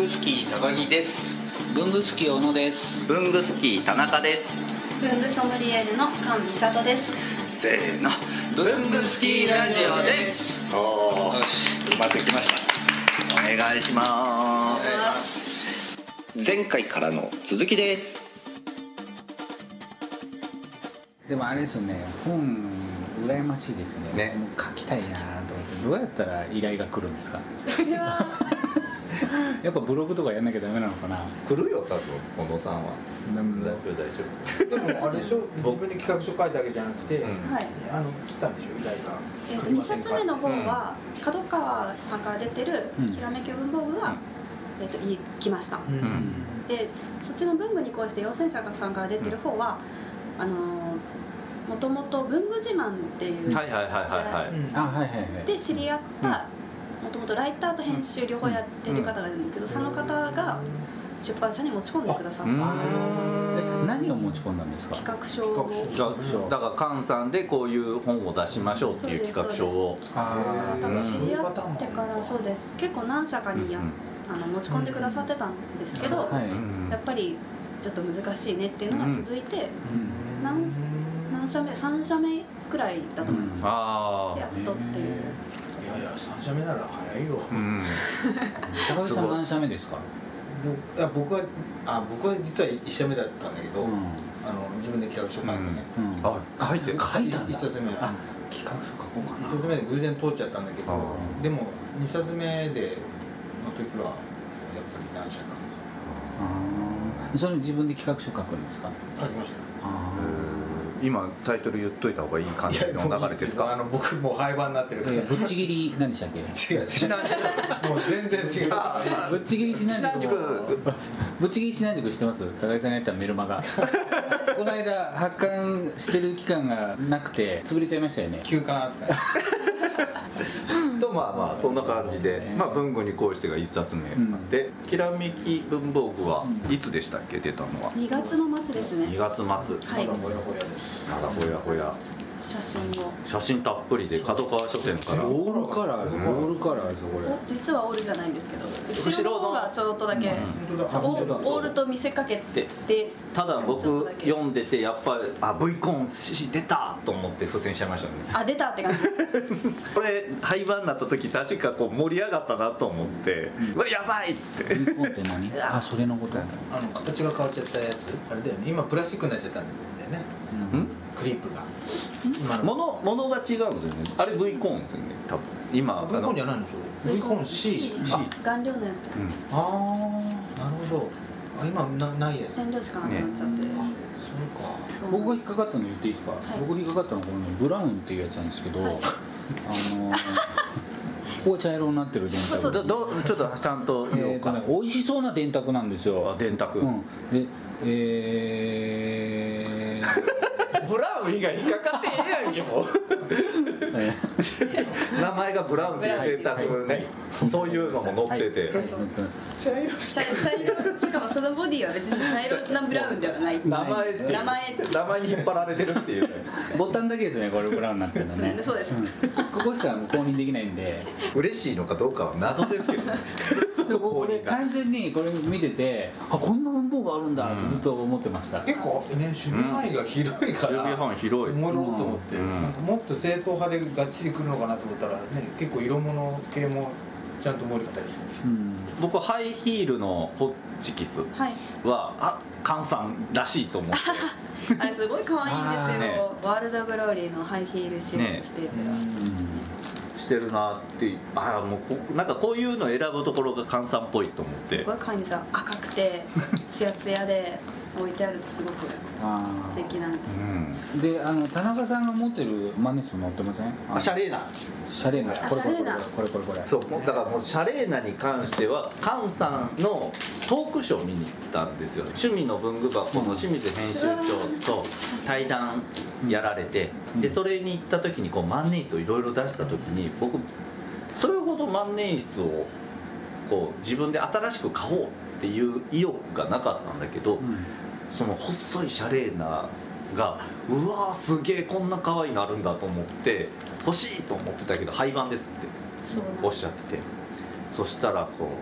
具スキー高木です。 文具スキー小野です。 文具スキー田中です。 文具ソムリエールの菅美里です。 せーの、 文具スキーラジオです。 おー、 よし、 うまくいきました。お願いします。前回からの続きです。 でもあれですよね、本羨ましいですよね。 ね、 もう書きたいなと思って。どうやったら依頼が来るんですか？ それはやっぱブログとかやんなきゃダメなのかな。 来るよ多分小野さんは。 でも大丈でもあれでしょ、自分で企画書書いたわけじゃなくて、 うんはい。 来たんでしょ、依頼が。 2冊目の方は角川さんから出てるうんひらめき文房具が、来ました。 うんで、そっちの文具に関して陽泉社さんから出てる方は、もともと文具自慢っていうはいはいはいはいはい。 うんあ、はいはいはい。 で知り合ったもともとライターと編集両方やってる方がいるんですけど、その方が出版社に持ち込んでくださった何を持ち込んだんですか？ 企画書を。 だから菅さんでこういう本を出しましょうっていう企画書を。 あ多分知り合うんってからそうです。結構何社かに持ち込んでくださってたんですけど、 はいやっぱりちょっと難しいねっていうのが続いて、何社目3社目くらいだと思います。 あやっとっていう。 いや3社目なら早いよ。 高木さん何社目ですか？ 僕は実は1社目だったんだけど、自分で企画書書いてね、 あ、書いて書いたんだ。 1冊目あ、企画書書こうかな。 1冊目で偶然通っちゃったんだけど、でも2冊目での時はやっぱり何社かそれ自分で企画書書くんですか？ 書きました。 今タイトル言っといた方がいい感じの流れですか？ 僕もう廃盤になってるから。 ぶっちぎり何でしたっけ？ 違うもう全然違う。 ぶっちぎりしない塾。ぶっちぎりしない塾知ってます？高木さんがやったメルマガ。この間発刊してる期間がなくて潰れちゃいましたよね。 休刊扱い。 とまあまあそんな感じで、まあ文具に恋してが1冊目で、きらめき文房具はいつでしたっけ出たのは 2月の末ですね。 2月末。 はい。 まだほやほやです。 まだほやほや。写真たっぷりで角川書店から。 オールカラーです。オールカラーですこれ。 実はオールじゃないんですけど、後ろの方がちょっとだけオールと見せかけて。 ただ僕読んでてやっぱりV コン C 出たと思って付箋しちゃいましたね。 あ、出たって感じ。 これ廃盤になった時確かこう盛り上がったなと思って、うわやばいっつって。 V コンって何？あ、それのこと。 形が変わっちゃったやつあれだよね。今プラスチックになっちゃったんだよね。クリップが物が違うんですよね。あれ V コーンですよね多分。今 V コンじゃないのそれ。V コン C。 顔料のやつ。 ああ、なるほど。今ないやつ。 染料しかなくなっちゃって。 そうか。 僕が引っかかったの言っていいですか？僕引っかかったのはこのブラウンっていうやつなんですけど、ここ茶色になってる電卓。 ちょっとちゃんと言おうか。 美味しそうな電卓なんですよ。 電卓。 でブラウン以外引っかかってええやんけもう。名前がブラウンっていう電卓ね。そういうのも載ってて。 茶色しかもそのボディは別に茶色なブラウンではない。名前に引っ張られてるっていうね。 ボタンだけですねこれブラウンになってるのね。 そうです。 ここしか公認できないんで。 嬉しいのかどうかは謎ですけどね。 俺完全にこれ見てて、こんな文房具あるんだってずっと思ってました。 結構ね守備範囲が広いから。 守備範囲広い。 おもろと思って、なんかもっと正統派でがっちりくるのかなと思ったらね、結構色物系もちゃんと盛り方りするし。 僕ハイヒールのホッチキスは菅さんらしいと思って。 あれすごい可愛いんですよ。ワールドグローリーのハイヒールシューズステープラーですね。 してるなって。もうなんかこういうの選ぶところが菅さんっぽいと思って。 すごい可愛いんですよ。赤くてツヤツヤで置いてあるとすごく素敵なんです。 で田中さんが持ってる万年筆載ってません？ シャレーナ。 シャレーナ。これ。 そうだからもうシャレーナに関しては菅さんのトークショー見に行ったんですよ。趣味の文具箱の清水編集長と対談やられて、でそれに行った時にこう万年筆をいろいろ出した時に僕それほど万年筆をこう自分で新しく買おうっていう意欲がなかったんだけど、その細いシャレーナがうわーすげえこんな可愛いのあるんだと思って欲しいと思ってたけど廃盤ですっておっしゃって、そしたらこう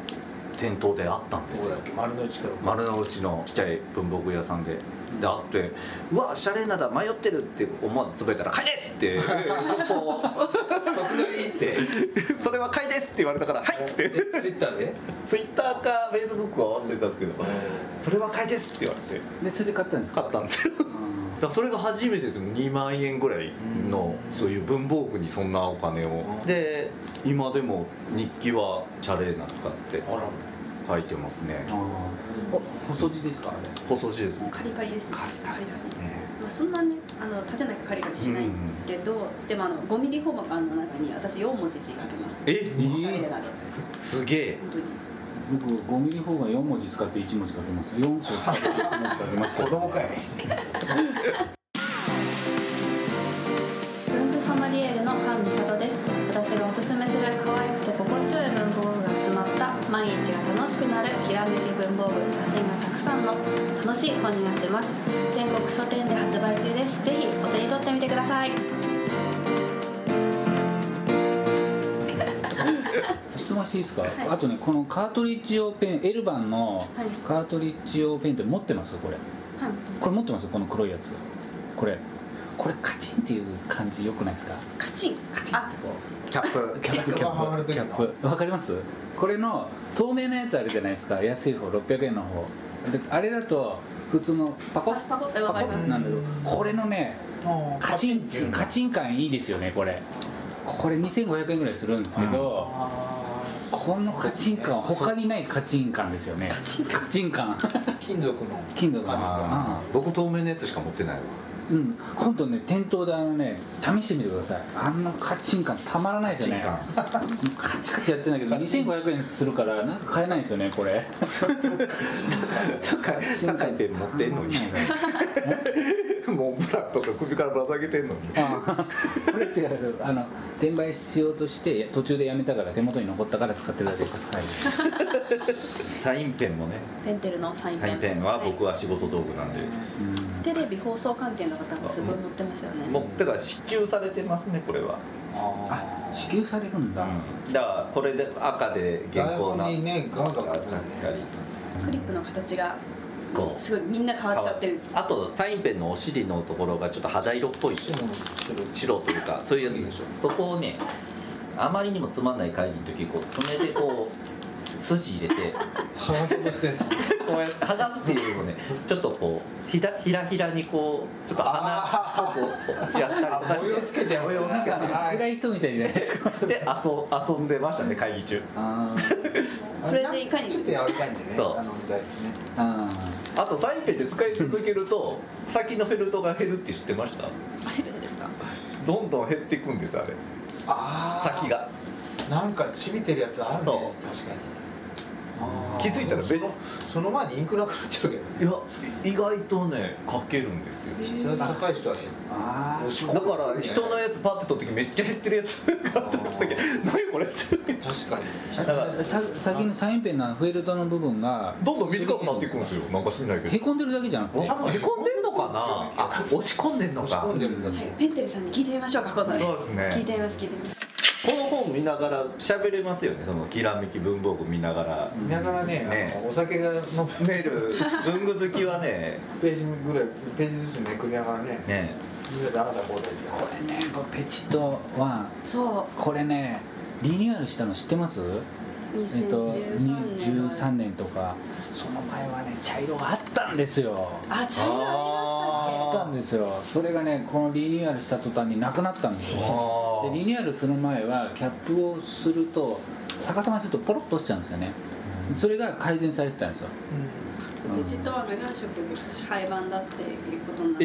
店頭であったんですよ。 どこだっけ、丸の内かどこか。 丸の内のちっちゃい文房具屋さんであって、うわシャレなだ迷ってるって思わずつぶやいたら買いですってそこそこでいいってそれは買いですって言われたからはいっつってツイッターでツイッターかフェイスブックは忘れたんですけどそれは買いですって言われてでそれで買ったんですか？ 買ったんですよ。だからそれが初めてですよ。2万円ぐらいのそういう文房具にそんなお金をで今でも日記はシャレな使ってあら書いてますね。 細字ですか？あれ細字ですね。 カリカリですね。 カリですね。 まあ、そんなね縦なくカリカリしないんですけど、でも5ミリフォーマカンの中に私4文字字書けます。シャレなで。 すげえ。 本当に。 僕5ミリフォーマ4文字使って1文字書けます。4個使って1文字書けます。 子供かい文具ソムリエールの菅美里です。私がおすすめする可愛くて心地よい文房具が詰まった毎日が楽しくなるきらめき文房具、写真がたくさんの楽しい本になってます。全国書店で発売中です。ぜひお手に取ってみてください。 質問していいですか？ はい、 あとね、このカートリッジ用ペン、L 版のはいカートリッジ用ペンって持ってます？これはい、 これ持ってます？この黒いやつ、これカチンっていう感じ良くないですか？ カチン、 カチンってこうキャップキャップわかります？これの透明なやつあるじゃないですか。安い方600円の方で、あれだと普通のパコッパコってわかります。 なんだけど、これのねカチン感いいですよね。これ2500円ぐらいするんですけど、このカチン感は他にないカチン感ですよね。カチン感金属の僕透明のやつしか持ってないわ。 今度ね店頭で試してみてください。カチン感たまらないですよね。カチカチやってんだけど2500円するからなんか買えないんですよねこれ。 高いペン持ってんのにもうブラとか首からぶら下げてんのにこれ違う、転売しようとして途中でやめたから手元に残ったから使ってるだけです。はい、 サインペンもね、 ペンテルのサインペン、 サインペンは僕は仕事道具なんで、 テレビ放送関係の方がすごい持ってますよね。 もうだから支給されてますねこれは。 支給されるんだ。 だからこれで赤で原稿なにねガンガンクリップの形がすごいみんな変わっちゃってる。 あとサインペンのお尻のところがちょっと肌色っぽい白というかそういうやつでしょ。そこをねあまりにもつまんない会議の時こう爪でこう筋入れて剥がそうとしてるこうやって剥がすっていうよりもねちょっとこうひらひらにこうちょっと穴をこうやったりとかして模様つけちゃう。 なんか暗い人みたいじゃないですか。 で遊んでましたね会議中。 これでいかにちょっと柔らかいんでね。 そうみたいですね。 あとサインペンって使い続けると先のフェルトが減るって知ってました？ 減るんですか？ どんどん減っていくんですあれ。先がなんかちびてるやつあるね。確かに。 気づいたらその前にインクなくなっちゃうけどね。 いや意外とね書けるんですよ。 質圧高い人はね。 だから人のやつパッて取ってきめっちゃ減ってるやつがあったんですけど何これって確かに。 だから先のサインペンのフェルトの部分がどんどん短くなっていくんですよ。なんか知んないけどへこんでるだけじゃなくて多分へこんでんのかな。押し込んでんのか。 押し込んでるんだと。 ペンテルさんに聞いてみましょうか。今度ね。 そうですね。 聞いてみます。 この本見ながら喋れますよね。そのきらめき文房具見ながらね、お酒が飲める文具好きはねページぐらいページずつめくりながらねみんなであなたこうだじゃん。 これねペチットはそうこれねリニューアルしたの知ってます？2013年とかその前はね茶色があったんですよ。 あ、茶色ありましたっけ？ あったんですよ。それがねこのリニューアルした途端になくなったんですよ。でリニューアルする前はキャップをすると逆さまにするとポロッと落ちちゃうんですよね。それが改善されてたんですよ。 ペチットワンが4色今年廃盤だっていうことになって、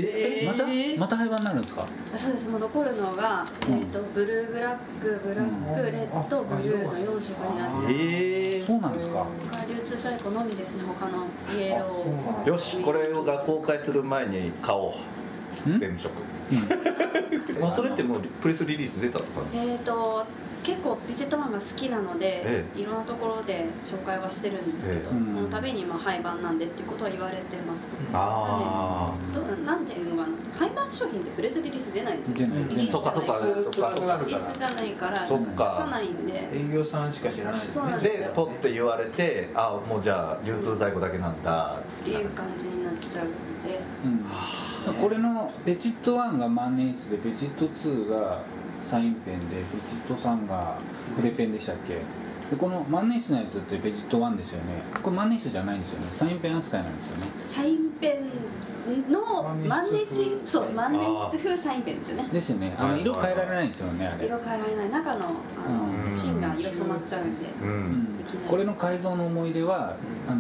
また廃盤になるんですか？ そうです。もう残るのが、ブルーブラックブラックレッドブルーの4色になっちゃう。 そうなんですか？ 流通在庫のみですね。他のイエロー。 よしこれが公開する前に買おう。全部色もうそれってもうプレスリリース出たのかな。 結構ベジットマンが好きなので、いろんなところで紹介はしてるんですけど、その度に廃盤なんでっていうことは言われてます。なんていうのかな、廃盤商品ってプレスリリース出ないんですよ。リリースじゃないから出さないんで、 営業さんしか知らないですね。 でポッて言われて、もうじゃあ流通在庫だけなんだっていう感じになっちゃうので、 これのベジット1が万年筆でベジット2がサインペンでベジット3が筆ペンでしたっけ。でこの万年筆のやつってベジット1ですよね。これ万年筆じゃないんですよね。サインペン扱いなんですよね。 サインペンの万年筆風サインペンですよね。 ですよね。色変えられないんですよね、あれ。 色変えられない、中の芯が色染まっちゃうんで、 これの改造の思い出は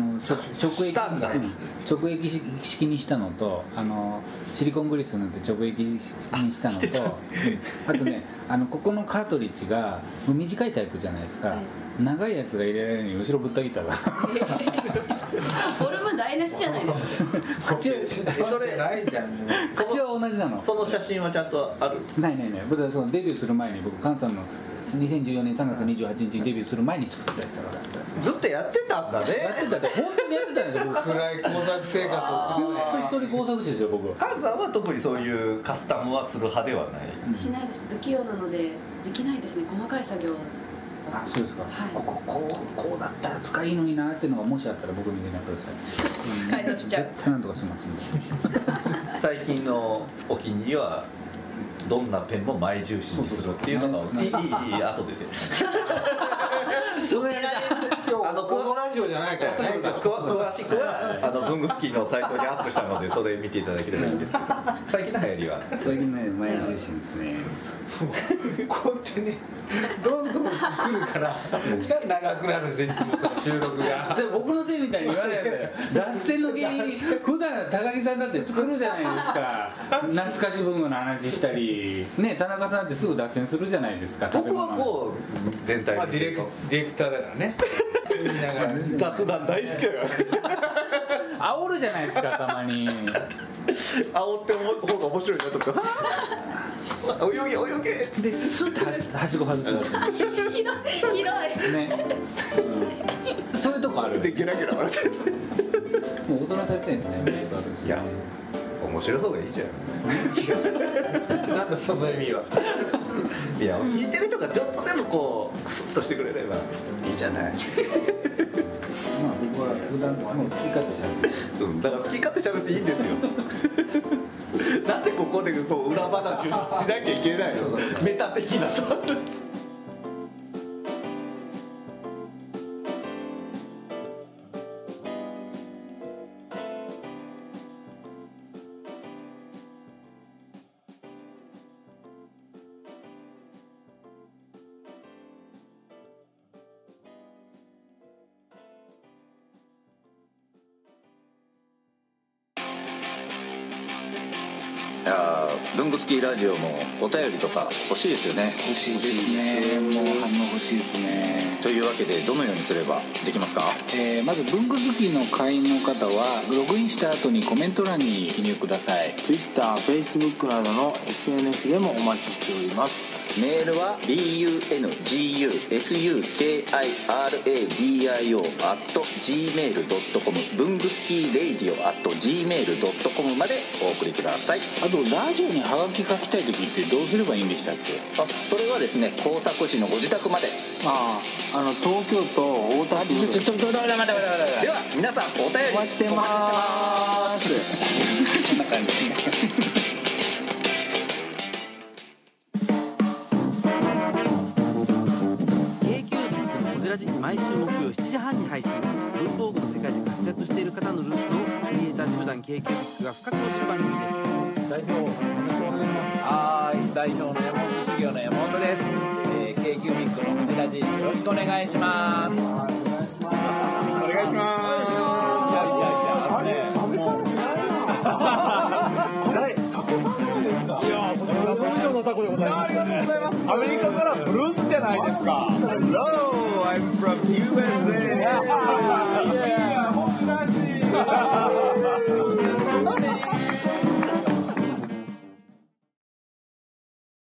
直液式にしたのと、シリコングリス塗って直液にしたのとあとね、ここのカートリッジが短いタイプじゃないですか、長いやつが入れられるように後ろぶった切ったらフォルム台無しじゃないですか。 口は同じなの。 その写真はちゃんとある？ ない僕はそのデビューする前に、僕菅さんの2014年3月28日にデビューする前に作ったやつだから。 ずっとやってたんだね。 やってたって、本当にやってたんですよ。僕暗い工作生活を本当一人工作師ですよ僕。 菅さんは特にそういうカスタムはする派ではない？ しないです。不器用なのでできないですね、細かい作業。 そうですか、こうだったら使いいのになっていうのがもしあったら僕に連絡ください。 改造しちゃう。 絶対なんとかしますんで。 最近のお気に入りはどんなペンも前重視にするっていうのがいい後でそれ今日このラジオじゃないからね。 詳しくはブングスキーのサイトにアップしたので、それ見ていただければいいんですけど、最近の流行りは最近ね前重視ですね。 こうやってねどんどん来るから長くなるんですよ、いつもその収録が。 で僕のせいみたいに言わないで脱線の原因、普段高木さんだって作るじゃないですか。懐かし文具の話したりね、田中さんってすぐ脱線するじゃないですか。 僕はこう全体ディレクターだからね。 雑談大好きだから煽るじゃないですか、たまに。 煽って方が面白いなとか泳げでスッとはしご外す広いね、そういうとこある。 でゲラゲラ笑ってもう大人されてるんですね。 いや面白い方がいいじゃん。 なんだその意味は。 いや聞いてる人がちょっとでもこうクスッとしてくれればいいじゃない。 まあ僕は普段もう好き勝手しゃべる。 だから好き勝手しゃべっていいんですよ。なんでここでそう裏話をしなきゃいけないの？メタ的なさ。 ブングスキーラジオもお便りとか欲しいですよね。 欲しいですね。もう反応欲しいですね。 というわけでどのようにすればできますか？ まず文具好きの会員の方はログインした後にコメント欄に記入ください。 Twitter、Facebook などの SNS でもお待ちしております。 メールは bungusukiradio@gmail.com 文具スキーレイディオ@gmail.com までお送りください。 あとラジオにハガキ書きたい時ってどうすればいいんでしたっけ？ それはですね、工作士のご自宅まで。 東京都大田区。 待ってでは皆さんお便りお待ちしてます。 こんな感じですね。 毎週木曜7時半に配信。文房具の世界で活躍している方のルーツをクリエイター集団 K-Cubic が深く落ちる番組です。 代表よろしくお願いします。はい、代表の山本修行の山本です。K-Cubic のホジラジよろしくお願いします。お願いします。お願いします。あれ安倍さんじゃないな。誰？タコさんなんですか？いや、こちら以上のタコでございます。ありがとうございます。アメリカからブルースじゃないですか。Hello, I'm from USA.